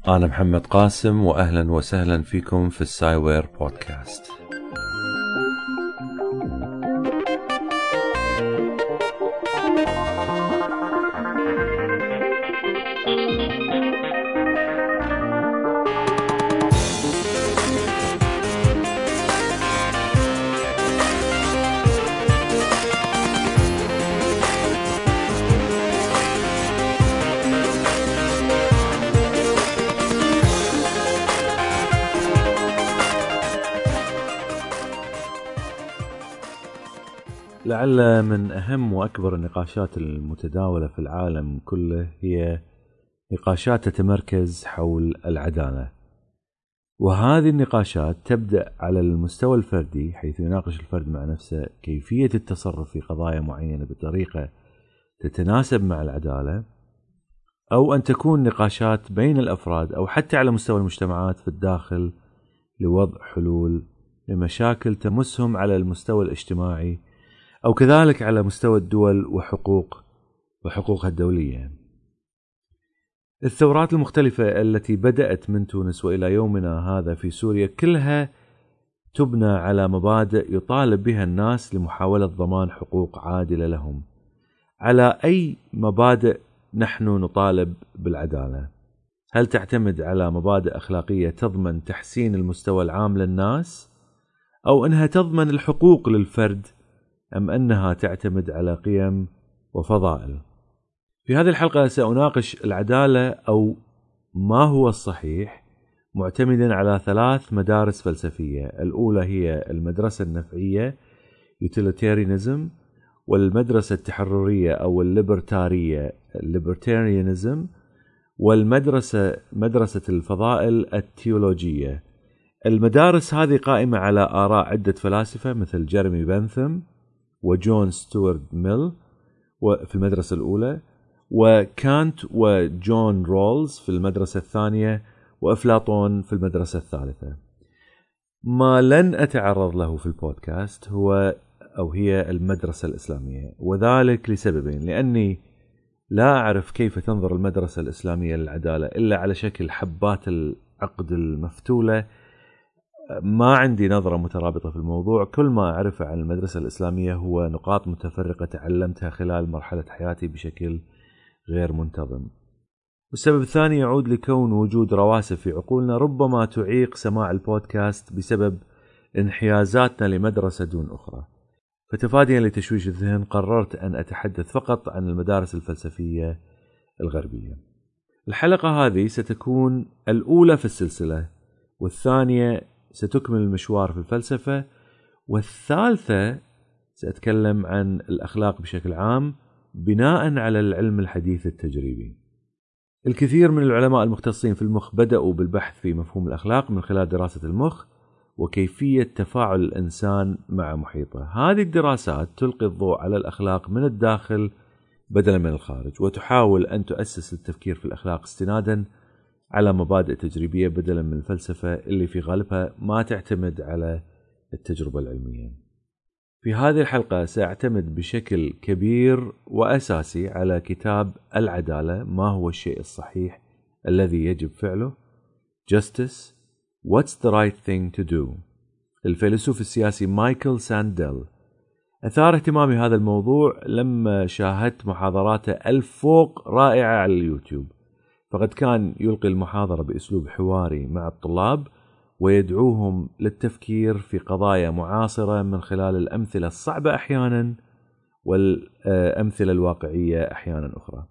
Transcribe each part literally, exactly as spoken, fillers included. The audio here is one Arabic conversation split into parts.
أنا محمد قاسم، وأهلا وسهلا فيكم في السايوير بودكاست. لعل من أهم وأكبر النقاشات المتداولة في العالم كله هي نقاشات تتمركز حول العدالة، وهذه النقاشات تبدأ على المستوى الفردي، حيث يناقش الفرد مع نفسه كيفية التصرف في قضايا معينة بطريقة تتناسب مع العدالة، أو أن تكون نقاشات بين الأفراد أو حتى على مستوى المجتمعات في الداخل لوضع حلول لمشاكل تمسهم على المستوى الاجتماعي أو كذلك على مستوى الدول وحقوق وحقوقها الدولية. الثورات المختلفة التي بدأت من تونس وإلى يومنا هذا في سوريا كلها تبنى على مبادئ يطالب بها الناس لمحاولة ضمان حقوق عادلة لهم. على أي مبادئ نحن نطالب بالعدالة؟ هل تعتمد على مبادئ أخلاقية تضمن تحسين المستوى العام للناس، أو أنها تضمن الحقوق للفرد، أم أنها تعتمد على قيم وفضائل؟ في هذه الحلقة سأناقش العدالة أو ما هو الصحيح معتمدا على ثلاث مدارس فلسفية. الأولى هي المدرسة النفعية utilitarianism، والمدرسة التحررية أو الليبرتارية libertarianism، والمدرسة مدرسة الفضائل التيولوجية. المدارس هذه قائمة على آراء عدة فلاسفة مثل جيرمي بنثم وجون ستوارت ميل في المدرسة الأولى، وكانت وجون رولز في المدرسة الثانية، وأفلاطون في المدرسة الثالثة. ما لن أتعرض له في البودكاست هو أو هي المدرسة الإسلامية، وذلك لسببين: لأني لا أعرف كيف تنظر المدرسة الإسلامية للعدالة إلا على شكل حبات العقد المفتولة. ما عندي نظرة مترابطة في الموضوع، كل ما أعرفه عن المدرسة الإسلامية هو نقاط متفرقة تعلمتها خلال مرحلة حياتي بشكل غير منتظم. والسبب الثاني يعود لكون وجود رواسب في عقولنا ربما تعيق سماع البودكاست بسبب انحيازاتنا لمدرسة دون أخرى. فتفاديا لتشويش الذهن قررت أن أتحدث فقط عن المدارس الفلسفية الغربية. الحلقة هذه ستكون الأولى في السلسلة، والثانية ستكمل المشوار في الفلسفة، والثالثة سأتكلم عن الأخلاق بشكل عام بناء على العلم الحديث التجريبي. الكثير من العلماء المختصين في المخ بدأوا بالبحث في مفهوم الأخلاق من خلال دراسة المخ وكيفية تفاعل الإنسان مع محيطه. هذه الدراسات تلقي الضوء على الأخلاق من الداخل بدلا من الخارج، وتحاول أن تؤسس التفكير في الأخلاق استنادا على مبادئ تجريبية بدلا من الفلسفة اللي في غالبها ما تعتمد على التجربة العلمية. في هذه الحلقة سأعتمد بشكل كبير وأساسي على كتاب العدالة، ما هو الشيء الصحيح الذي يجب فعله، Justice What's the right thing to do، الفيلسوف السياسي مايكل سانديل. أثار اهتمامي هذا الموضوع لما شاهدت محاضراته الفوق رائعة على اليوتيوب، فقد كان يلقي المحاضرة بأسلوب حواري مع الطلاب ويدعوهم للتفكير في قضايا معاصرة من خلال الأمثلة الصعبة أحيانا والأمثلة الواقعية أحيانا أخرى.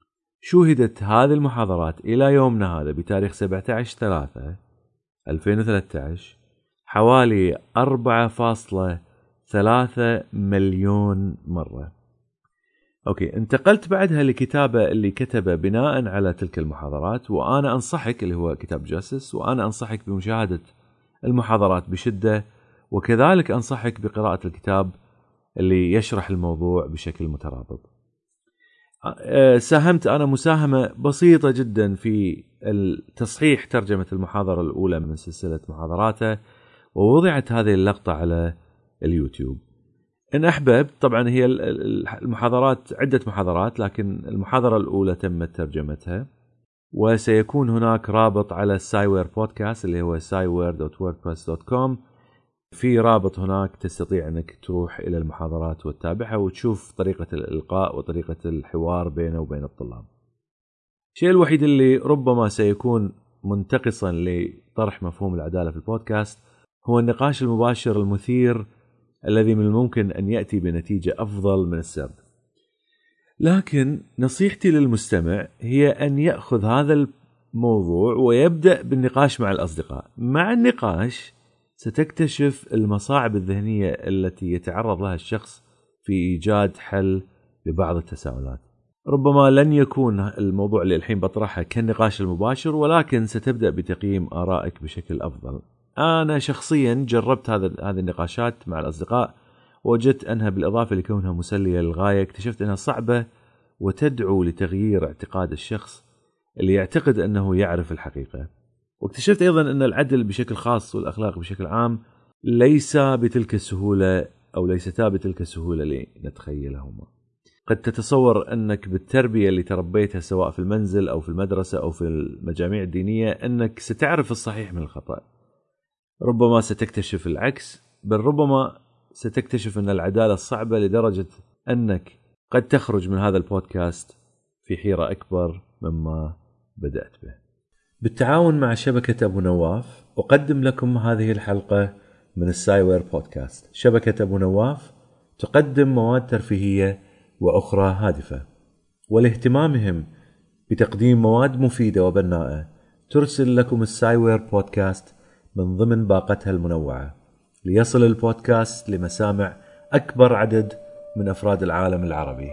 شوهدت هذه المحاضرات إلى يومنا هذا بتاريخ سبعة عشر ثلاثة ألفين وثلاثة عشر حوالي أربعة فاصلة ثلاثة مليون مرة. أوكي، انتقلت بعدها لكتابة اللي كتبه بناء على تلك المحاضرات، وأنا أنصحك اللي هو كتاب جاستس، وأنا أنصحك بمشاهدة المحاضرات بشدة، وكذلك أنصحك بقراءة الكتاب اللي يشرح الموضوع بشكل مترابط. ساهمت أنا مساهمة بسيطة جدا في تصحيح ترجمة المحاضرة الأولى من سلسلة محاضراته، ووضعت هذه اللقطة على اليوتيوب. إن أحببت، طبعا هي المحاضرات عدة محاضرات، لكن المحاضرة الأولى تمت ترجمتها وسيكون هناك رابط على السايوير بودكاست اللي هو سايوير دوت ووردبريس دوت كوم. في رابط هناك تستطيع أنك تروح إلى المحاضرات وتتابعها وتشوف طريقة الإلقاء وطريقة الحوار بينه وبين الطلاب. الشيء الوحيد اللي ربما سيكون منتقصا لطرح مفهوم العدالة في البودكاست هو النقاش المباشر المثير الذي من الممكن أن يأتي بنتيجة أفضل من السرد. لكن نصيحتي للمستمع هي أن يأخذ هذا الموضوع ويبدأ بالنقاش مع الأصدقاء. مع النقاش ستكتشف المصاعب الذهنية التي يتعرض لها الشخص في إيجاد حل لبعض التساؤلات. ربما لن يكون الموضوع اللي الحين بطرحه كالنقاش المباشر، ولكن ستبدأ بتقييم آرائك بشكل أفضل. أنا شخصيا جربت هذا هذه النقاشات مع الأصدقاء، وجدت أنها بالإضافة لكونها مسلية للغاية اكتشفت أنها صعبة وتدعو لتغيير اعتقاد الشخص اللي يعتقد أنه يعرف الحقيقة. واكتشفت أيضا أن العدل بشكل خاص والأخلاق بشكل عام ليس بتلك السهولة أو ليستا بتلك السهولة اللي نتخيلهما. قد تتصور أنك بالتربية اللي تربيتها سواء في المنزل أو في المدرسة أو في المجاميع الدينية أنك ستعرف الصحيح من الخطأ. ربما ستكتشف العكس، بل ربما ستكتشف أن العدالة صعبة لدرجة أنك قد تخرج من هذا البودكاست في حيرة أكبر مما بدأت به. بالتعاون مع شبكة أبو نواف أقدم لكم هذه الحلقة من السايوير بودكاست. شبكة أبو نواف تقدم مواد ترفيهية وأخرى هادفة، ولاهتمامهم بتقديم مواد مفيدة وبناءة ترسل لكم السايوير بودكاست من ضمن باقتها المنوعة ليصل البودكاست لمسامع أكبر عدد من أفراد العالم العربي.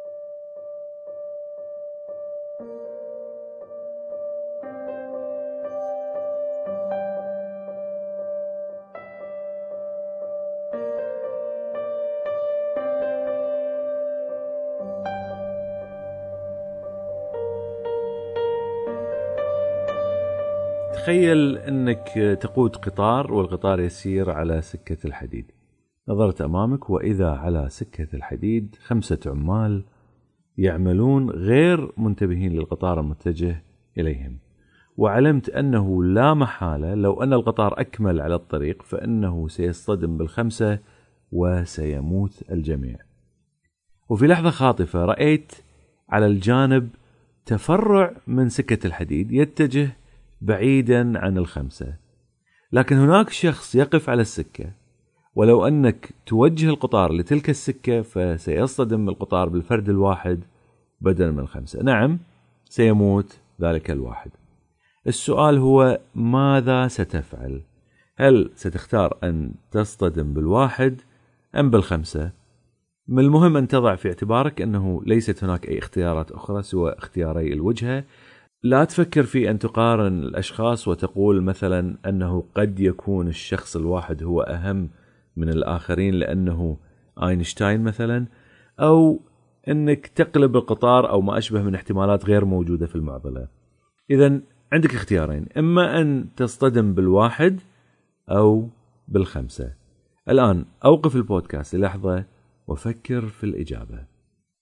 تخيل أنك تقود قطار والقطار يسير على سكة الحديد. نظرت أمامك وإذا على سكة الحديد خمسة عمال يعملون غير منتبهين للقطار المتجه إليهم، وعلمت أنه لا محالة لو أن القطار أكمل على الطريق فإنه سيصطدم بالخمسة وسيموت الجميع. وفي لحظة خاطفة رأيت على الجانب تفرع من سكة الحديد يتجه بعيدا عن الخمسة، لكن هناك شخص يقف على السكة، ولو أنك توجه القطار لتلك السكة فسيصطدم القطار بالفرد الواحد بدلا من الخمسة. نعم، سيموت ذلك الواحد. السؤال هو ماذا ستفعل؟ هل ستختار أن تصطدم بالواحد أم بالخمسة؟ من المهم أن تضع في اعتبارك أنه ليست هناك أي اختيارات أخرى سوى اختياري الوجهة. لا تفكر في أن تقارن الأشخاص وتقول مثلا أنه قد يكون الشخص الواحد هو أهم من الآخرين لأنه أينشتاين مثلا، أو أنك تقلب القطار أو ما أشبه من احتمالات غير موجودة في المعضلة. إذن عندك اختيارين، إما أن تصطدم بالواحد أو بالخمسة. الآن أوقف البودكاست للحظة وفكر في الإجابة.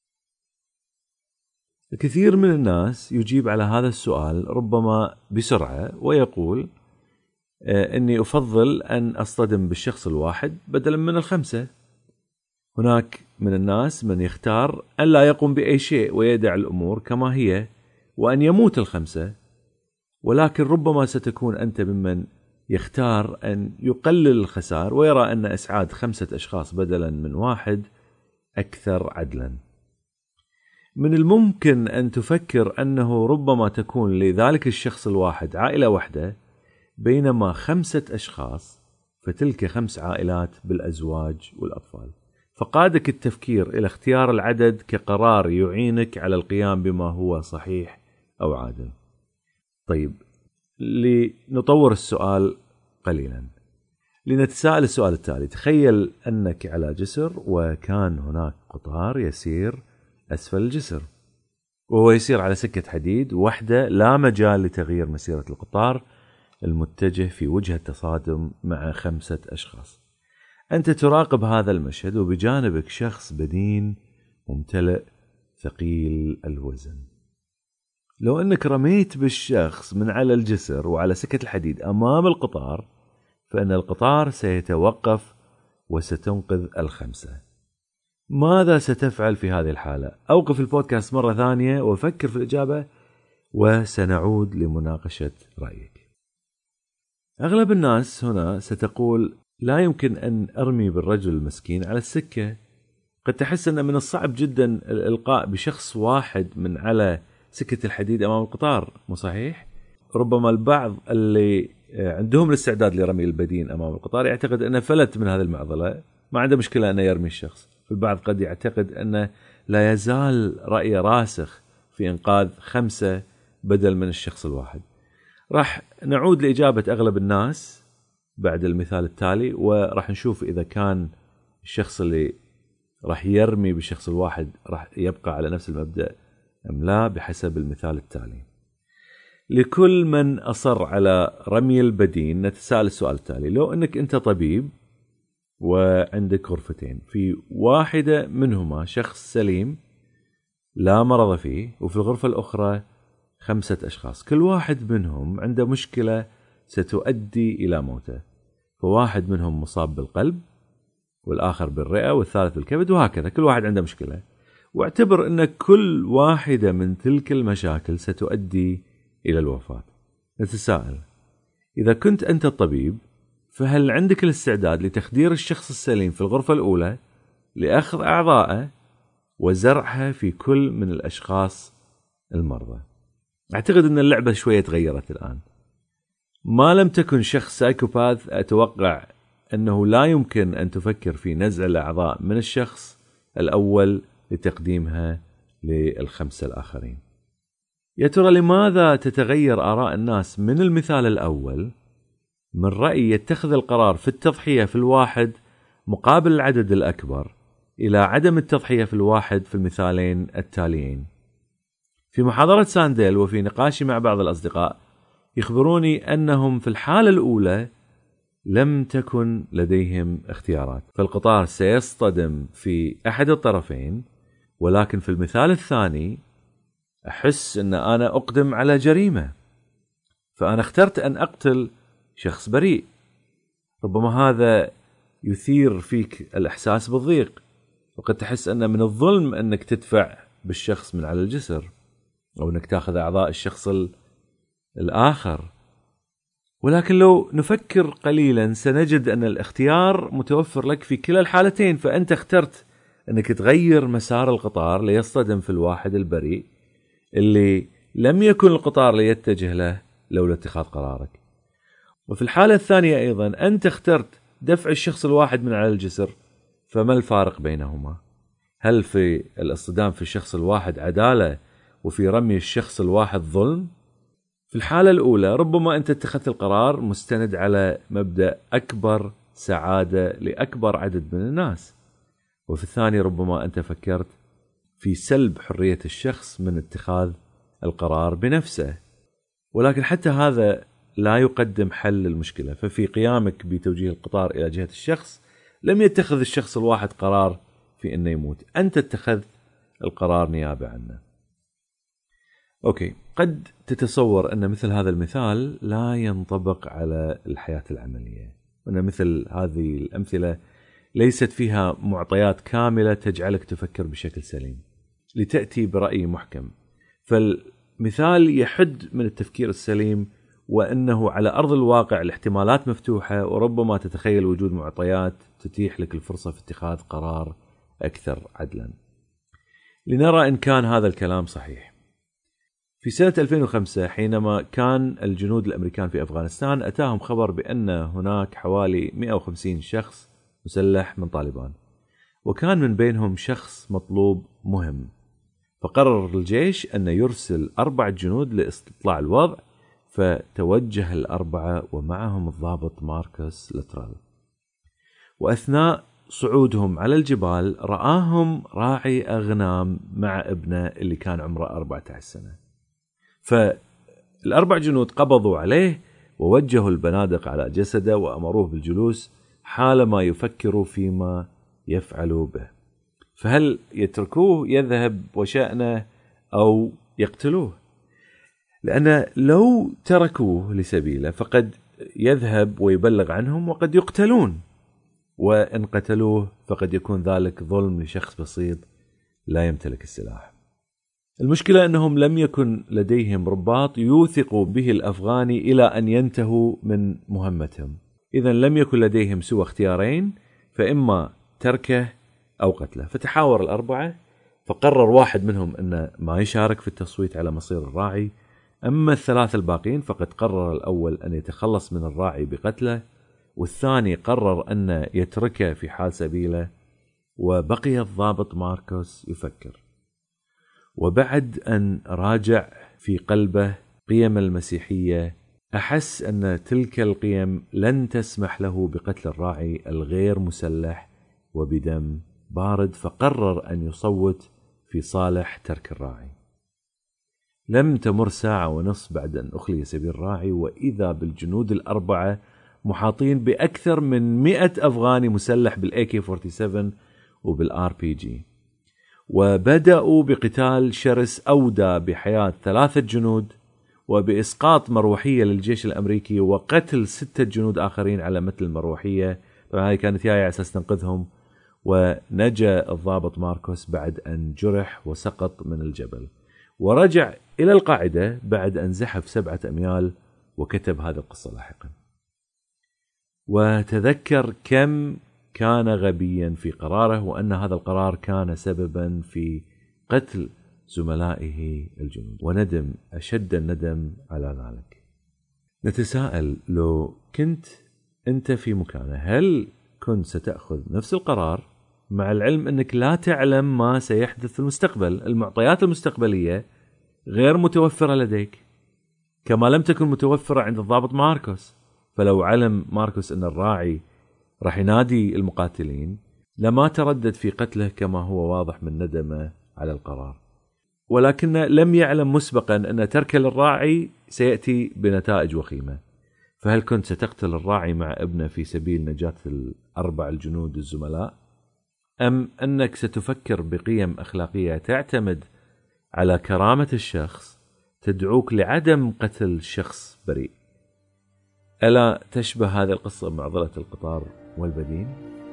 الكثير من الناس يجيب على هذا السؤال ربما بسرعة ويقول أني أفضل أن أصطدم بالشخص الواحد بدلا من الخمسة. هناك من الناس من يختار أن لا يقوم بأي شيء ويدع الأمور كما هي وأن يموت الخمسة، ولكن ربما ستكون أنت ممن يختار أن يقلل الخسائر ويرى أن إسعاد خمسة أشخاص بدلا من واحد أكثر عدلا. من الممكن أن تفكر أنه ربما تكون لذلك الشخص الواحد عائلة واحدة، بينما خمسة أشخاص فتلك خمس عائلات بالأزواج والأطفال. فقادك التفكير إلى اختيار العدد كقرار يعينك على القيام بما هو صحيح أو عادل. طيب، لنطور السؤال قليلا، لنتساءل السؤال التالي. تخيل أنك على جسر وكان هناك قطار يسير أسفل الجسر، وهو يسير على سكة حديد واحدة لا مجال لتغيير مسيرة القطار المتجه في وجه التصادم مع خمسة أشخاص. أنت تراقب هذا المشهد وبجانبك شخص بدين ممتلئ ثقيل الوزن. لو أنك رميت بالشخص من على الجسر وعلى سكة الحديد أمام القطار، فإن القطار سيتوقف وستنقذ الخمسة. ماذا ستفعل في هذه الحالة؟ أوقف البودكاست مرة ثانية وفكر في الإجابة، وسنعود لمناقشة رأيك. أغلب الناس هنا ستقول لا يمكن أن أرمي بالرجل المسكين على السكة. قد تحس أن من الصعب جدا الإلقاء بشخص واحد من على سكة الحديد أمام القطار، مو صحيح؟ ربما البعض اللي عندهم الاستعداد لرمي البدين أمام القطار يعتقد أنه فلت من هذه المعضلة، ما عنده مشكلة أنه يرمي الشخص. البعض قد يعتقد أنه لا يزال رأي راسخ في إنقاذ خمسة بدل من الشخص الواحد. راح نعود لإجابة أغلب الناس بعد المثال التالي، وراح نشوف إذا كان الشخص اللي راح يرمي بالشخص الواحد راح يبقى على نفس المبدأ أم لا بحسب المثال التالي. لكل من أصر على رمي البدين نتساءل السؤال التالي: لو أنك أنت طبيب وعندك غرفتين، في واحدة منهما شخص سليم لا مرض فيه، وفي الغرفة الأخرى خمسة أشخاص، كل واحد منهم عنده مشكلة ستؤدي إلى موته، فواحد منهم مصاب بالقلب والآخر بالرئة والثالث بالكبد، وهكذا كل واحد عنده مشكلة. واعتبر أن كل واحدة من تلك المشاكل ستؤدي إلى الوفاة. نتساءل: إذا كنت أنت الطبيب، فهل عندك الاستعداد لتخدير الشخص السليم في الغرفة الأولى لأخذ أعضائه وزرعها في كل من الأشخاص المرضى؟ أعتقد أن اللعبة شوية تغيرت الآن. ما لم تكن شخص سايكوباث، أتوقع أنه لا يمكن أن تفكر في نزع الأعضاء من الشخص الأول لتقديمها للخمسة الآخرين. يا ترى لماذا تتغير آراء الناس من المثال الأول من رأي يتخذ القرار في التضحية في الواحد مقابل العدد الأكبر إلى عدم التضحية في الواحد في المثالين التاليين؟ في محاضرة سانديل وفي نقاشي مع بعض الأصدقاء يخبروني أنهم في الحالة الأولى لم تكن لديهم اختيارات، فالقطار سيصطدم في أحد الطرفين، ولكن في المثال الثاني أحس أن أنا أقدم على جريمة، فأنا اخترت أن أقتل شخص بريء. ربما هذا يثير فيك الإحساس بالضيق، وقد تحس أن من الظلم أنك تدفع بالشخص من على الجسر أو أنك تأخذ أعضاء الشخص الآخر. ولكن لو نفكر قليلا سنجد أن الاختيار متوفر لك في كلا الحالتين، فأنت اخترت أنك تغير مسار القطار ليصطدم في الواحد البريء اللي لم يكن القطار ليتجه له لولا اتخاذ قرارك. وفي الحالة الثانية أيضا أنت اخترت دفع الشخص الواحد من على الجسر، فما الفارق بينهما؟ هل في الاصطدام في الشخص الواحد عدالة وفي رمي الشخص الواحد ظلم؟ في الحالة الأولى ربما أنت اتخذت القرار مستند على مبدأ أكبر سعادة لأكبر عدد من الناس، وفي الثاني ربما أنت فكرت في سلب حرية الشخص من اتخاذ القرار بنفسه. ولكن حتى هذا لا يقدم حل للمشكلة، ففي قيامك بتوجيه القطار إلى جهة الشخص لم يتخذ الشخص الواحد قرار في أنه يموت، أنت اتخذت القرار نيابة عنه. أوكي، قد تتصور أن مثل هذا المثال لا ينطبق على الحياة العملية، وأن مثل هذه الأمثلة ليست فيها معطيات كاملة تجعلك تفكر بشكل سليم لتأتي برأي محكم. فالمثال يحد من التفكير السليم، وأنه على أرض الواقع الاحتمالات مفتوحة، وربما تتخيل وجود معطيات تتيح لك الفرصة في اتخاذ قرار أكثر عدلا. لنرى إن كان هذا الكلام صحيح. في سنة ألفين وخمسة حينما كان الجنود الأمريكان في أفغانستان أتاهم خبر بأن هناك حوالي مئة وخمسين شخص مسلح من طالبان، وكان من بينهم شخص مطلوب مهم. فقرر الجيش أن يرسل أربعة جنود لاستطلاع الوضع، فتوجه الأربعة ومعهم الضابط ماركوس لوترال. وأثناء صعودهم على الجبال رآهم راعي أغنام مع ابنه اللي كان عمره أربعة عشر سنة. فالأربع جنود قبضوا عليه ووجهوا البنادق على جسده وأمروه بالجلوس حالما يفكروا فيما يفعلوا به، فهل يتركوه يذهب وشأنه أو يقتلوه؟ لأن لو تركوه لسبيله فقد يذهب ويبلغ عنهم وقد يقتلون، وإن قتلوه فقد يكون ذلك ظلم لشخص بسيط لا يمتلك السلاح. المشكلة أنهم لم يكن لديهم رباط يوثق به الأفغاني إلى أن ينتهوا من مهمتهم، إذن لم يكن لديهم سوى اختيارين، فإما تركه أو قتله. فتحاور الأربعة، فقرر واحد منهم أنه ما يشارك في التصويت على مصير الراعي. أما الثلاثة الباقين فقد قرر الأول أن يتخلص من الراعي بقتله، والثاني قرر أن يتركه في حال سبيله، وبقي الضابط ماركوس يفكر. وبعد أن راجع في قلبه قيم المسيحية، أحس أن تلك القيم لن تسمح له بقتل الراعي الغير مسلح وبدم بارد، فقرر أن يصوت في صالح ترك الراعي. لم تمر ساعة ونصف بعد أن أخلي سبيل الراعي، وإذا بالجنود الأربعة محاطين بأكثر من مئة أفغاني مسلح بالإيه كي سبعة وأربعين وبالآر بي جي، وبدأوا بقتال شرس أودى بحياة ثلاثة جنود وبإسقاط مروحية للجيش الأمريكي وقتل ستة جنود آخرين على مثل المروحية. طبعا هذه كانت جاية على أساس تنقذهم، ونجا الضابط ماركوس بعد أن جرح وسقط من الجبل، ورجع إلى القاعدة بعد أن زحف سبعة أميال، وكتب هذه القصة لاحقا. وتذكر كم كان غبيا في قراره، وأن هذا القرار كان سببا في قتل زملائه الجنود، وندم أشد الندم على ذلك. نتساءل لو كنت أنت في مكانه، هل كنت ستأخذ نفس القرار مع العلم أنك لا تعلم ما سيحدث في المستقبل؟ المعطيات المستقبلية غير متوفرة لديك كما لم تكن متوفرة عند الضابط ماركوس. فلو علم ماركوس أن الراعي راح ينادي المقاتلين لما تردد في قتله كما هو واضح من ندمه على القرار، ولكن لم يعلم مسبقا أن ترك للراعي سيأتي بنتائج وخيمة. فهل كنت ستقتل الراعي مع ابنه في سبيل نجاة الأربع الجنود الزملاء، أم أنك ستفكر بقيم أخلاقية تعتمد على كرامة الشخص تدعوك لعدم قتل شخص بريء؟ ألا تشبه هذه القصة معضلة القطار والبدين؟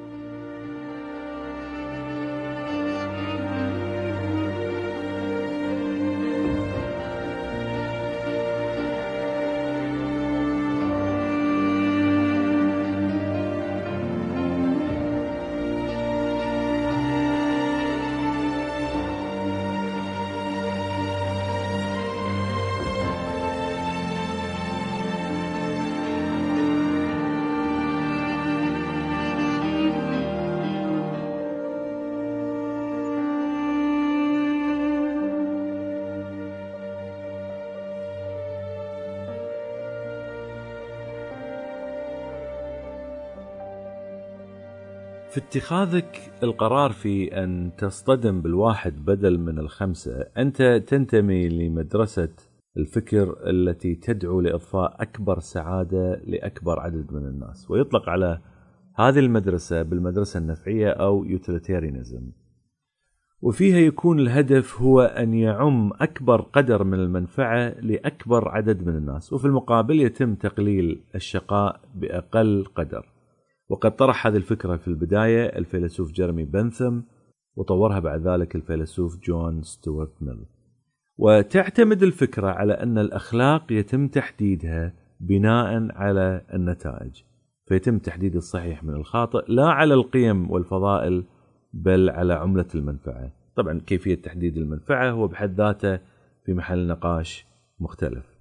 في اتخاذك القرار في أن تصطدم بالواحد بدل من الخمسة، أنت تنتمي لمدرسة الفكر التي تدعو لإضفاء أكبر سعادة لأكبر عدد من الناس، ويطلق على هذه المدرسة بالمدرسة النفعية أو يوتيليتيريانيزم، وفيها يكون الهدف هو أن يعم أكبر قدر من المنفعة لأكبر عدد من الناس، وفي المقابل يتم تقليل الشقاء بأقل قدر. وقد طرح هذه الفكرة في البداية الفيلسوف جيرمي بنثم، وطورها بعد ذلك الفيلسوف جون ستوارت ميل. وتعتمد الفكرة على أن الأخلاق يتم تحديدها بناء على النتائج، فيتم تحديد الصحيح من الخاطئ لا على القيم والفضائل بل على عملة المنفعة. طبعا كيفية تحديد المنفعة هو بحد ذاته في محل نقاش مختلف.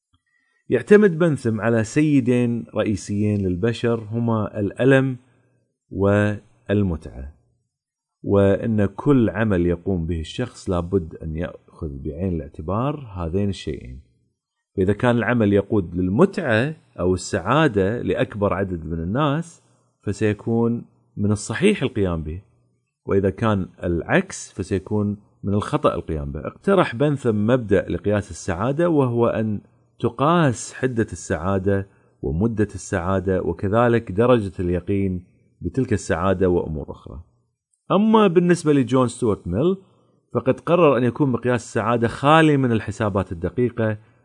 يعتمد بنثم على سيدين رئيسيين للبشر هما الألم والمتعة، وأن كل عمل يقوم به الشخص لابد أن يأخذ بعين الاعتبار هذين الشيئين. فإذا كان العمل يقود للمتعة أو السعادة لأكبر عدد من الناس فسيكون من الصحيح القيام به، وإذا كان العكس فسيكون من الخطأ القيام به. اقترح بنثم مبدأ لقياس السعادة، وهو أن تقاس حدة السعادة ومدة السعادة وكذلك درجة اليقين بتلك السعادة وأمور أخرى. أما بالنسبة لجون ستوارت ميل فقد قرر أن يكون مقياس السعادة خالي من الحسابات الدقيقة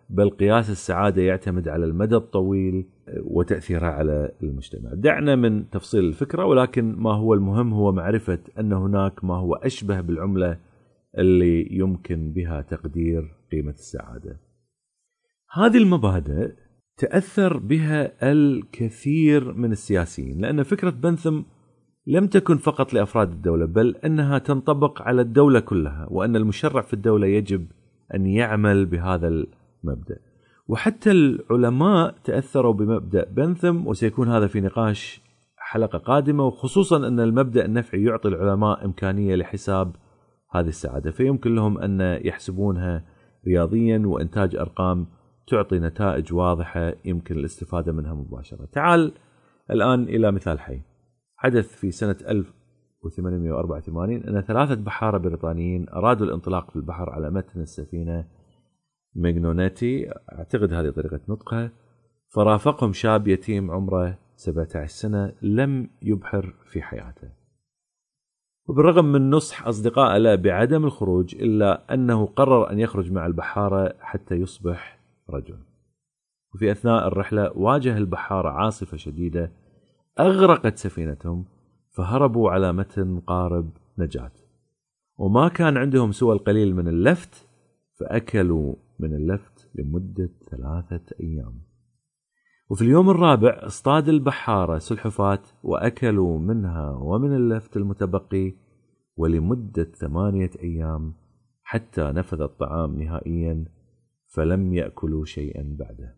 بل قياس السعادة يعتمد على المدى الطويل وتأثيرها على المجتمع. دعنا من تفصيل الفكرة، ولكن ما هو المهم هو معرفة أن هناك ما هو أشبه بالعملة اللي يمكن بها تقدير قيمة السعادة. هذه المبادئ تأثر بها الكثير من السياسيين، لأن فكرة بنثم لم تكن فقط لأفراد الدولة، بل أنها تنطبق على الدولة كلها، وأن المشرع في الدولة يجب أن يعمل بهذا المبدأ. وحتى العلماء تأثروا بمبدأ بنثم، وسيكون هذا في نقاش حلقة قادمة، وخصوصا أن المبدأ النفعي يعطي العلماء إمكانية لحساب هذه السعادة، فيمكن لهم أن يحسبونها رياضيا وإنتاج أرقام تعطي نتائج واضحة يمكن الاستفادة منها مباشرة. تعال الآن إلى مثال حي. حدث في سنة ألف وثمانمئة وأربعة وثمانين أن ثلاثة بحارة بريطانيين أرادوا الانطلاق في البحر على متن السفينة ميغنونيتي، أعتقد هذه طريقة نطقها، فرافقهم شاب يتيم عمره سبعة عشر سنة لم يبحر في حياته، وبالرغم من نصح أصدقائه له بعدم الخروج إلا أنه قرر أن يخرج مع البحارة حتى يصبح رجل. وفي أثناء الرحلة واجه البحارة عاصفة شديدة أغرقت سفينتهم، فهربوا على متن قارب نجاة، وما كان عندهم سوى القليل من اللفت، فأكلوا من اللفت لمدة ثلاثة أيام. وفي اليوم الرابع اصطاد البحارة سلحفاة وأكلوا منها ومن اللفت المتبقي، ولمدة ثمانية أيام حتى نفذ الطعام نهائيا، فلم يأكلوا شيئا بعده.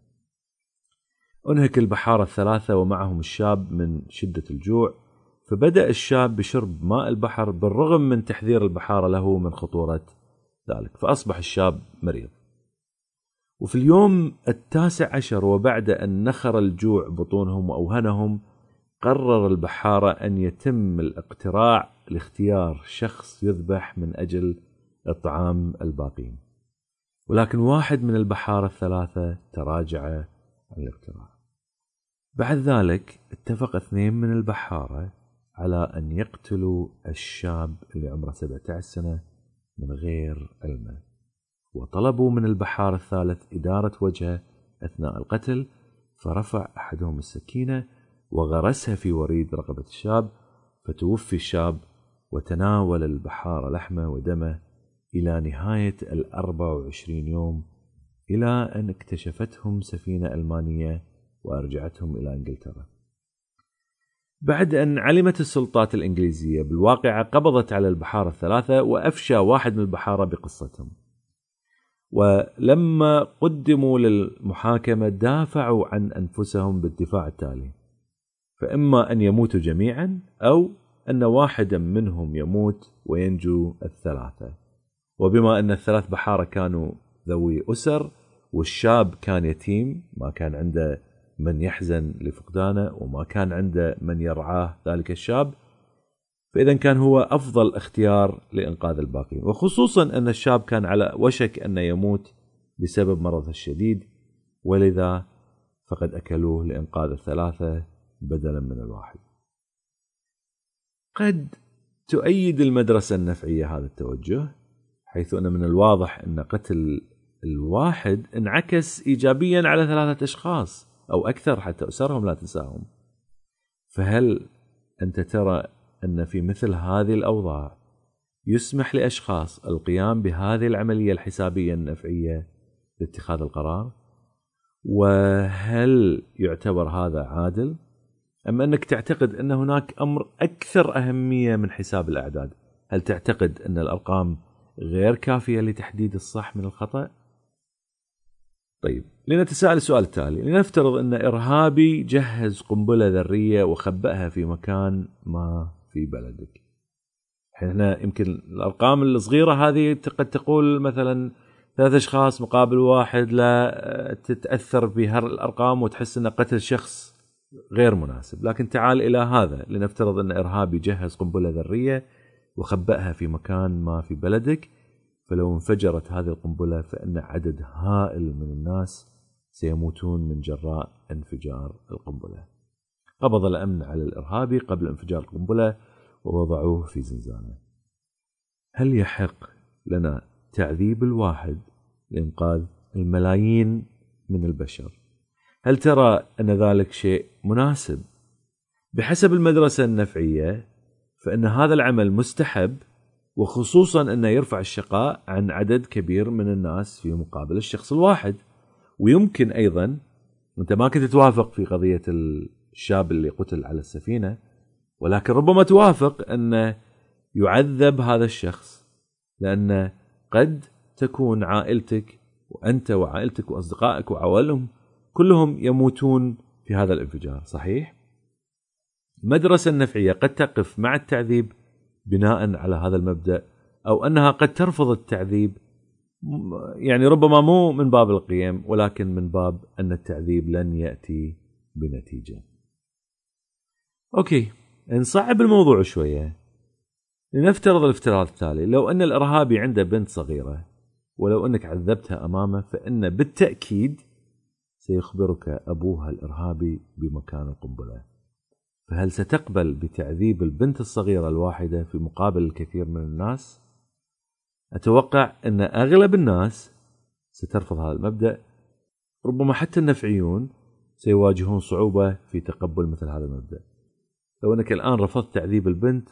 أنهك البحارة الثلاثة ومعهم الشاب من شدة الجوع، فبدأ الشاب بشرب ماء البحر بالرغم من تحذير البحارة له من خطورة ذلك، فأصبح الشاب مريض. وفي اليوم التاسع عشر وبعد أن نخر الجوع بطونهم وأوهنهم، قرر البحارة أن يتم الاقتراع لاختيار شخص يذبح من أجل إطعام الباقين، ولكن واحد من البحارة الثلاثة تراجع عن الاقتراع. بعد ذلك اتفق اثنين من البحارة على أن يقتلوا الشاب اللي عمره سبعة عشر سنة من غير علمه، وطلبوا من البحار الثالث إدارة وجهه أثناء القتل، فرفع أحدهم السكينة وغرسها في وريد رقبة الشاب، فتوفي الشاب، وتناول البحار لحمه ودمه إلى نهاية الأربع وعشرين يوم، إلى أن اكتشفتهم سفينة ألمانية وأرجعتهم إلى إنجلترا. بعد أن علمت السلطات الإنجليزية بالواقعة، قبضت على البحارة الثلاثة وأفشى واحد من البحارة بقصتهم، ولما قدموا للمحاكمة دافعوا عن أنفسهم بالدفاع التالي: فإما أن يموتوا جميعا، أو أن واحدا منهم يموت وينجو الثلاثة. وبما أن الثلاث بحارة كانوا ذوي أسر، والشاب كان يتيم ما كان عنده من يحزن لفقدانه وما كان عنده من يرعاه ذلك الشاب، فإذا كان هو أفضل اختيار لإنقاذ الباقين، وخصوصا أن الشاب كان على وشك أن يموت بسبب مرضه الشديد، ولذا فقد أكلوه لإنقاذ الثلاثة بدلا من الواحد. قد تؤيد المدرسة النفعية هذا التوجه، حيث أن من الواضح أن قتل الواحد انعكس إيجابيا على ثلاثة أشخاص أو أكثر حتى أسرهم لا تنساهم. فهل أنت ترى أن في مثل هذه الأوضاع يسمح لأشخاص القيام بهذه العملية الحسابية النفعية لاتخاذ القرار؟ وهل يعتبر هذا عادل؟ أم أنك تعتقد أن هناك أمر أكثر أهمية من حساب الأعداد؟ هل تعتقد أن الأرقام غير كافية لتحديد الصح من الخطأ؟ طيب، لنتساءل السؤال التالي: لنفترض أن إرهابي جهز قنبلة ذرية وخبأها في مكان ما في بلدك. هنا يمكن الأرقام الصغيرة هذه قد تقول مثلا ثلاث أشخاص مقابل واحد، لا تتأثر بهالأرقام وتحس أن قتل شخص غير مناسب. لكن تعال إلى هذا، لنفترض أن إرهابي جهز قنبلة ذرية وخبأها في مكان ما في بلدك، فلو انفجرت هذه القنبلة فإن عدد هائل من الناس سيموتون من جراء انفجار القنبلة. قبض الأمن على الإرهابي قبل انفجار القنبلة ووضعوه في زنزانة. هل يحق لنا تعذيب الواحد لإنقاذ الملايين من البشر. هل ترى أن ذلك شيء مناسب؟ بحسب المدرسة النفعية فإن هذا العمل مستحب، وخصوصا أنه يرفع الشقاء عن عدد كبير من الناس في مقابل الشخص الواحد. ويمكن أيضا، أنت ما كنت توافق في قضية الشاب اللي قتل على السفينة، ولكن ربما توافق أن يعذب هذا الشخص، لأن قد تكون عائلتك وأنت وعائلتك وأصدقائك وعوائلهم كلهم يموتون في هذا الانفجار. صحيح؟ المدرسة النفعية قد تقف مع التعذيب بناء على هذا المبدأ، أو أنها قد ترفض التعذيب، يعني ربما مو من باب القيم ولكن من باب أن التعذيب لن يأتي بنتيجة. أوكي، نصعب الموضوع شوية. لنفترض الافتراض التالي: لو أن الإرهابي عنده بنت صغيرة، ولو أنك عذبتها أمامه، فإن بالتأكيد سيخبرك أبوها الإرهابي بمكان القنبلة. فهل ستقبل بتعذيب البنت الصغيرة الواحدة في مقابل الكثير من الناس؟ أتوقع أن أغلب الناس سترفض هذا المبدأ. ربما حتى النفعيون سيواجهون صعوبة في تقبل مثل هذا المبدأ. لو أنك الآن رفضت تعذيب البنت،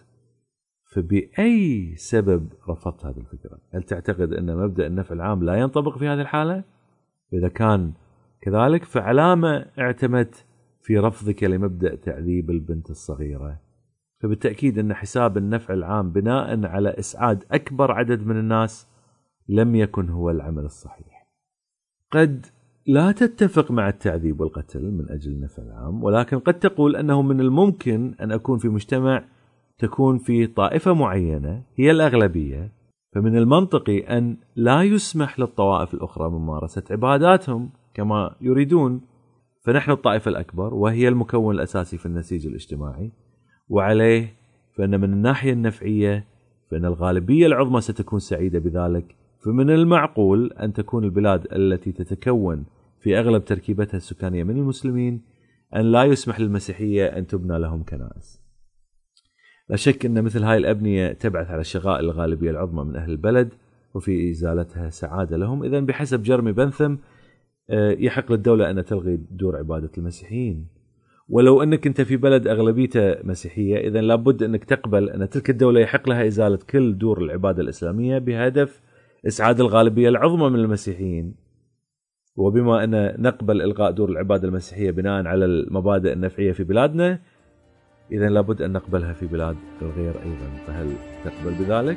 فبأي سبب رفضت هذه الفكرة؟ هل تعتقد أن مبدأ النفع العام لا ينطبق في هذه الحالة؟ إذا كان كذلك، فعلامة اعتمدت في رفضك لمبدأ تعذيب البنت الصغيرة؟ فبالتأكيد أن حساب النفع العام بناء على إسعاد أكبر عدد من الناس لم يكن هو العمل الصحيح. قد لا تتفق مع التعذيب والقتل من أجل النفع العام، ولكن قد تقول أنه من الممكن أن أكون في مجتمع تكون في طائفة معينة هي الأغلبية، فمن المنطقي أن لا يسمح للطوائف الأخرى ممارسة عباداتهم كما يريدون، فنحن الطائفة الأكبر وهي المكون الأساسي في النسيج الاجتماعي، وعليه فإن من الناحية النفعية فإن الغالبية العظمى ستكون سعيدة بذلك. فمن المعقول أن تكون البلاد التي تتكون في أغلب تركيبتها السكانية من المسلمين أن لا يسمح للمسيحية أن تبنى لهم كنائس. لا شك أن مثل هاي الأبنية تبعث على شغائل الغالبية العظمى من أهل البلد وفي إزالتها سعادة لهم. إذن بحسب جيرمي بنثم يحق للدولة أن تلغي دور عبادة المسيحيين. ولو أنك أنت في بلد أغلبيته مسيحية، إذن لابد أنك تقبل أن تلك الدولة يحق لها إزالة كل دور العبادة الإسلامية بهدف إسعاد الغالبية العظمى من المسيحيين. وبما أن نقبل إلغاء دور العبادة المسيحية بناء على المبادئ النفعية في بلادنا، إذن لابد أن نقبلها في بلاد الغير أيضا. فهل تقبل بذلك؟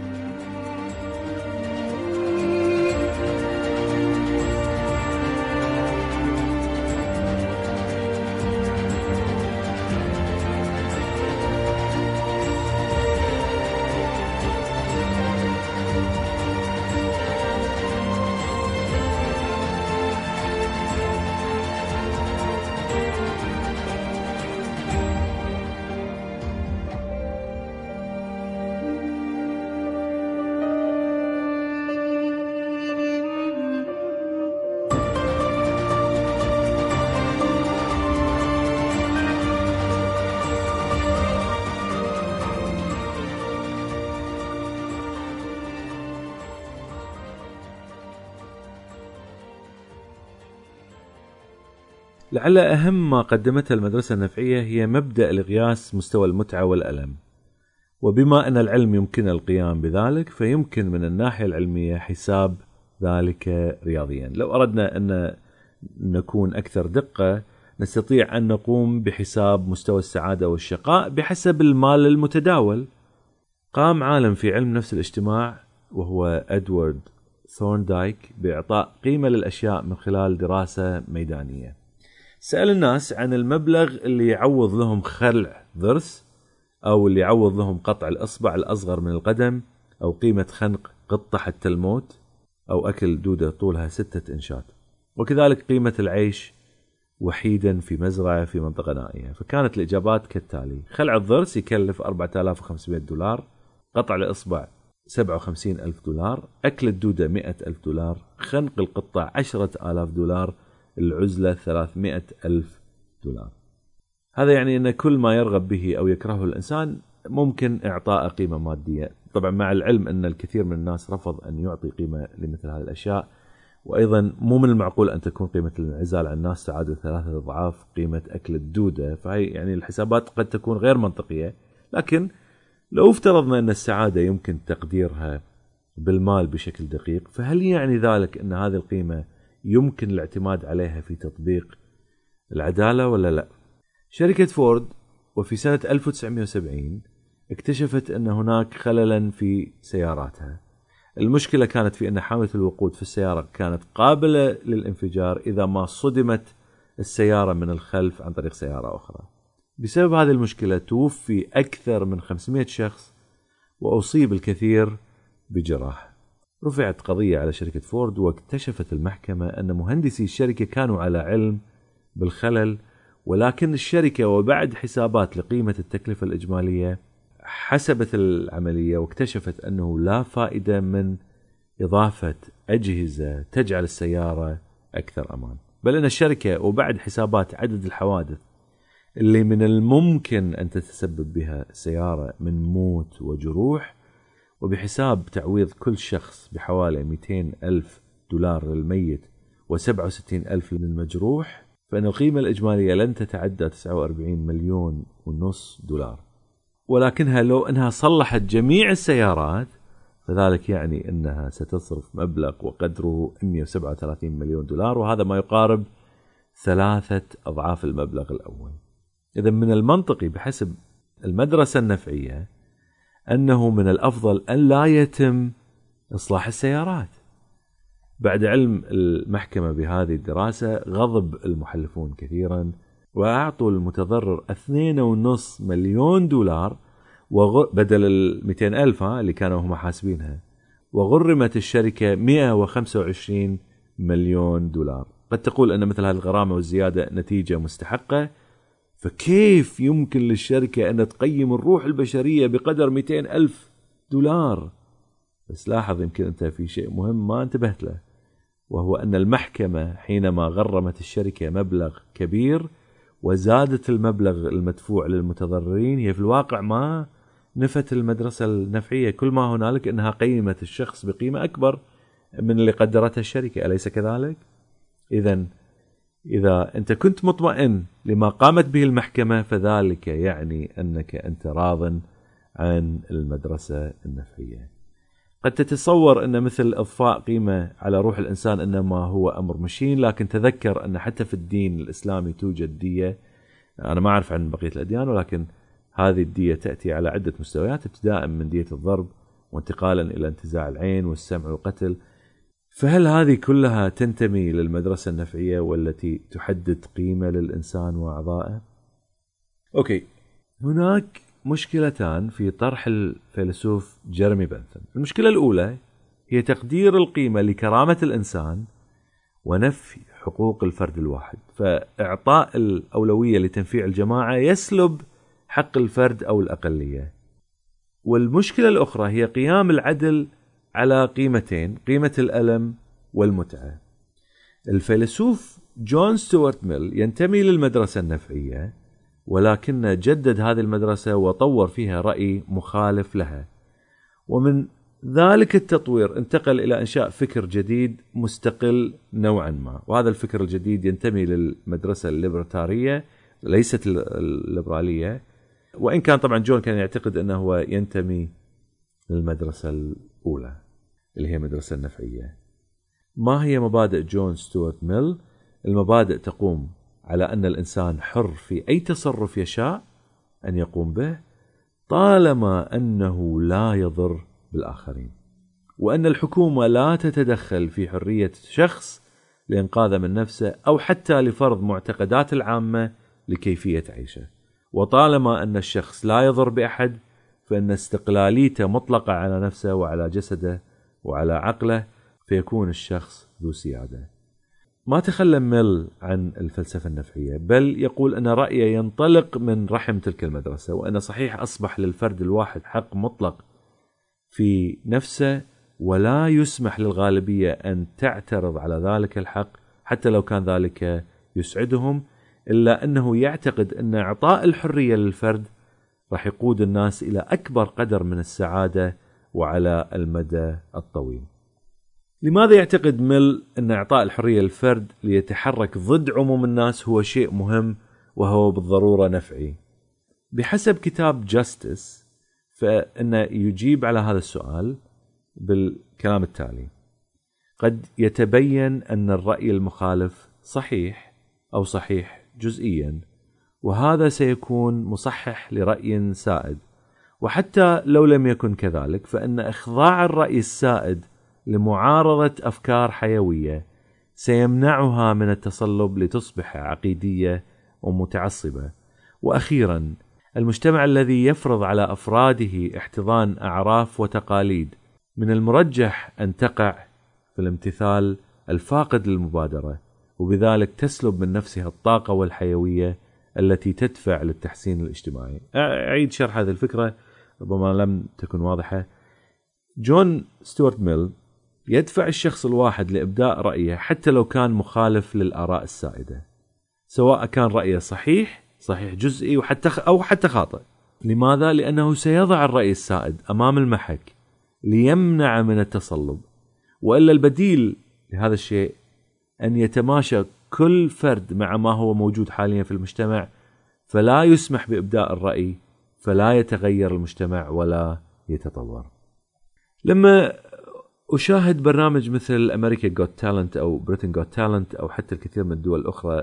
لعل أهم ما قدمتها المدرسة النفعية هي مبدأ لقياس مستوى المتعة والألم. وبما أن العلم يمكن القيام بذلك، فيمكن من الناحية العلمية حساب ذلك رياضيا. لو أردنا أن نكون أكثر دقة، نستطيع أن نقوم بحساب مستوى السعادة والشقاء بحسب المال المتداول. قام عالم في علم نفس الاجتماع وهو إدوارد ثورندايك بإعطاء قيمة للأشياء من خلال دراسة ميدانية. سأل الناس عن المبلغ اللي يعوض لهم خلع ضرس، أو اللي يعوض لهم قطع الأصبع الأصغر من القدم، أو قيمة خنق قطة حتى الموت، أو أكل دودة طولها ستة إنشات، وكذلك قيمة العيش وحيدا في مزرعة في منطقة نائية. فكانت الإجابات كالتالي: خلع الضرس يكلف أربعة آلاف وخمسمائة دولار، قطع الإصبع سبعة وخمسين ألف دولار، أكل الدودة مئة ألف دولار، خنق القطة عشرة آلاف دولار، العزلة ثلاثمائة ألف دولار. هذا يعني أن كل ما يرغب به أو يكرهه الإنسان ممكن إعطاء قيمة مادية. طبعا مع العلم أن الكثير من الناس رفض أن يعطي قيمة لمثل هذه الأشياء، وأيضا مو من المعقول أن تكون قيمة الانعزال عن الناس تعادل ثلاثة أضعاف قيمة أكل الدودة. فهي يعني الحسابات قد تكون غير منطقية، لكن لو افترضنا أن السعادة يمكن تقديرها بالمال بشكل دقيق، فهل يعني ذلك أن هذه القيمة يمكن الاعتماد عليها في تطبيق العدالة ولا لا؟ شركة فورد وفي سنة ألف وتسعمائة وسبعين اكتشفت أن هناك خللا في سياراتها. المشكلة كانت في أن حاملة الوقود في السيارة كانت قابلة للانفجار إذا ما صدمت السيارة من الخلف عن طريق سيارة أخرى. بسبب هذه المشكلة توفي أكثر من خمسمائة شخص وأصيب الكثير بجراح. رفعت قضية على شركة فورد، واكتشفت المحكمة أن مهندسي الشركة كانوا على علم بالخلل، ولكن الشركة وبعد حسابات لقيمة التكلفة الإجمالية حسبت العملية واكتشفت أنه لا فائدة من إضافة أجهزة تجعل السيارة أكثر أمان، بل أن الشركة وبعد حسابات عدد الحوادث اللي من الممكن أن تتسبب بها السيارة من موت وجروح، وبحساب تعويض كل شخص بحوالي مئتين ألف دولار للميت وسبعة وستين ألف للمجروح، فإن القيمة الإجمالية لن تتعدى تسعة وأربعين مليون ونص دولار. ولكنها لو أنها صلحت جميع السيارات فذلك يعني أنها ستصرف مبلغ وقدره مئة وسبعة وثلاثين مليون دولار، وهذا ما يقارب ثلاثة أضعاف المبلغ الأول. إذن من المنطقي بحسب المدرسة النفعية أنه من الأفضل أن لا يتم إصلاح السيارات. بعد علم المحكمة بهذه الدراسة غضب المحلفون كثيرا، وأعطوا المتضرر اثنين ونص مليون دولار بدل المئتين ألف اللي كانوا هم حاسبينها، وغرمت الشركة مئة وخمسة وعشرين مليون دولار. قد تقول أن مثل هذه الغرامة والزيادة نتيجة مستحقة، فكيف يمكن للشركة أن تقيم الروح البشرية بقدر مئتين ألف دولار؟ بس لاحظ يمكن أنت في شيء مهم ما انتبهت له، وهو أن المحكمة حينما غرمت الشركة مبلغ كبير وزادت المبلغ المدفوع للمتضررين، هي في الواقع ما نفت المدرسة النفعية، كل ما هنالك أنها قيمت الشخص بقيمة أكبر من اللي قدرتها الشركة، أليس كذلك؟ إذن إذا أنت كنت مطمئن لما قامت به المحكمة فذلك يعني أنك أنت راض عن المدرسة النفعية. قد تتصور أن مثل إضفاء قيمة على روح الإنسان إنما هو أمر مشين، لكن تذكر أن حتى في الدين الإسلامي توجد دية. أنا ما أعرف عن بقية الأديان، ولكن هذه الدية تأتي على عدة مستويات، ابتداء من دية الضرب وانتقالا إلى انتزاع العين والسمع والقتل. فهل هذه كلها تنتمي للمدرسة النفعية والتي تحدد قيمة للإنسان وأعضائه؟ أوكي، هناك مشكلتان في طرح الفيلسوف جيرمي بنثام. المشكلة الأولى هي تقدير القيمة لكرامة الإنسان ونفي حقوق الفرد الواحد، فإعطاء الأولوية لتنفيع الجماعة يسلب حق الفرد أو الأقلية. والمشكلة الأخرى هي قيام العدل على قيمتين، قيمة الألم والمتعة. الفيلسوف جون ستوارت ميل ينتمي للمدرسة النفعية، ولكن جدد هذه المدرسة وطور فيها رأي مخالف لها، ومن ذلك التطوير انتقل إلى إنشاء فكر جديد مستقل نوعا ما، وهذا الفكر الجديد ينتمي للمدرسة الليبرتارية ليست الليبرالية، وإن كان طبعا جون كان يعتقد أنه هو ينتمي للمدرسة الأولى اللي هي المدرسة النفعية. ما هي مبادئ جون ستوارت ميل؟ المبادئ تقوم على أن الإنسان حر في أي تصرف يشاء أن يقوم به طالما أنه لا يضر بالآخرين، وأن الحكومة لا تتدخل في حرية شخص لإنقاذه من نفسه أو حتى لفرض معتقدات العامة لكيفية عيشه، وطالما أن الشخص لا يضر بأحد فإن استقلاليته مطلقة على نفسه وعلى جسده وعلى عقله، فيكون الشخص ذو سيادة. ما تخلى ميل عن الفلسفة النفعية، بل يقول أن رأيه ينطلق من رحم تلك المدرسة، وأن صحيح أصبح للفرد الواحد حق مطلق في نفسه، ولا يسمح للغالبية أن تعترض على ذلك الحق حتى لو كان ذلك يسعدهم، إلا أنه يعتقد أن إعطاء الحرية للفرد راح يقود الناس إلى أكبر قدر من السعادة وعلى المدى الطويل. لماذا يعتقد ميل أن إعطاء الحرية للفرد ليتحرك ضد عموم الناس هو شيء مهم وهو بالضرورة نفعي؟ بحسب كتاب جاستس فإنه يجيب على هذا السؤال بالكلام التالي: قد يتبين أن الرأي المخالف صحيح أو صحيح جزئيا، وهذا سيكون مصحح لرأي سائد، وحتى لو لم يكن كذلك فإن إخضاع الرأي السائد لمعارضة أفكار حيوية سيمنعها من التصلب لتصبح عقيدية ومتعصبة. وأخيرا، المجتمع الذي يفرض على أفراده احتضان أعراف وتقاليد من المرجح أن تقع في الامتثال الفاقد للمبادرة، وبذلك تسلب من نفسها الطاقة والحيوية التي تدفع للتحسين الاجتماعي. أعيد شرح هذه الفكرة ربما لم تكن واضحة. جون ستيوارت ميل يدفع الشخص الواحد لإبداء رأيه حتى لو كان مخالف للآراء السائدة، سواء كان رأيه صحيح صحيح جزئي وحتى أو حتى خاطئ. لماذا؟ لأنه سيضع الرأي السائد أمام المحك ليمنع من التصلب، وإلا البديل لهذا الشيء أن يتماشى كل فرد مع ما هو موجود حاليا في المجتمع، فلا يسمح بإبداء الرأي، فلا يتغير المجتمع ولا يتطور. لما أشاهد برنامج مثل أمريكا Got Talent أو Britain Got Talent أو حتى الكثير من الدول الأخرى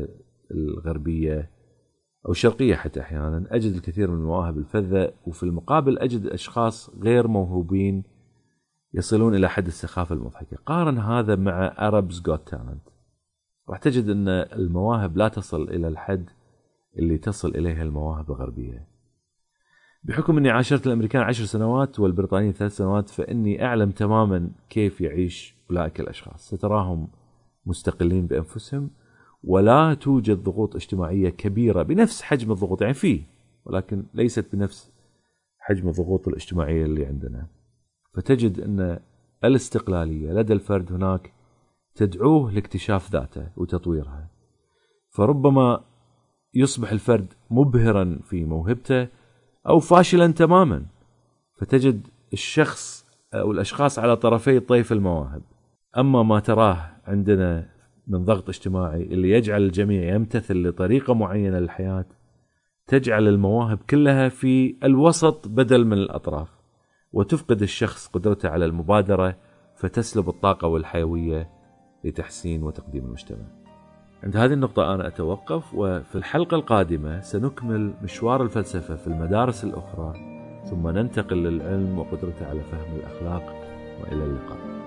الغربية أو الشرقية حتى أحيانا، أجد الكثير من المواهب الفذة، وفي المقابل أجد أشخاص غير موهوبين يصلون إلى حد السخافة المضحكة. قارن هذا مع Arabs Got Talent، راح تجد أن المواهب لا تصل إلى الحد اللي تصل إليها المواهب الغربية. بحكم أني عاشرت الأمريكان عشر سنوات والبريطانيين ثلاث سنوات، فإني أعلم تماما كيف يعيش أولئك الأشخاص. ستراهم مستقلين بأنفسهم، ولا توجد ضغوط اجتماعية كبيرة بنفس حجم الضغوط، يعني فيه، ولكن ليست بنفس حجم الضغوط الاجتماعية اللي عندنا. فتجد أن الاستقلالية لدى الفرد هناك تدعوه لاكتشاف ذاته وتطويرها، فربما يصبح الفرد مبهرا في موهبته أو فاشلا تماما. فتجد الشخص أو الأشخاص على طرفي طيف المواهب. أما ما تراه عندنا من ضغط اجتماعي اللي يجعل الجميع يمتثل لطريقة معينة للحياة، تجعل المواهب كلها في الوسط بدل من الأطراف، وتفقد الشخص قدرته على المبادرة، فتسلب الطاقة والحيوية لتحسين وتقديم المجتمع. عند هذه النقطة أنا أتوقف، وفي الحلقة القادمة سنكمل مشوار الفلسفة في المدارس الأخرى، ثم ننتقل للعلم وقدرته على فهم الأخلاق. وإلى اللقاء.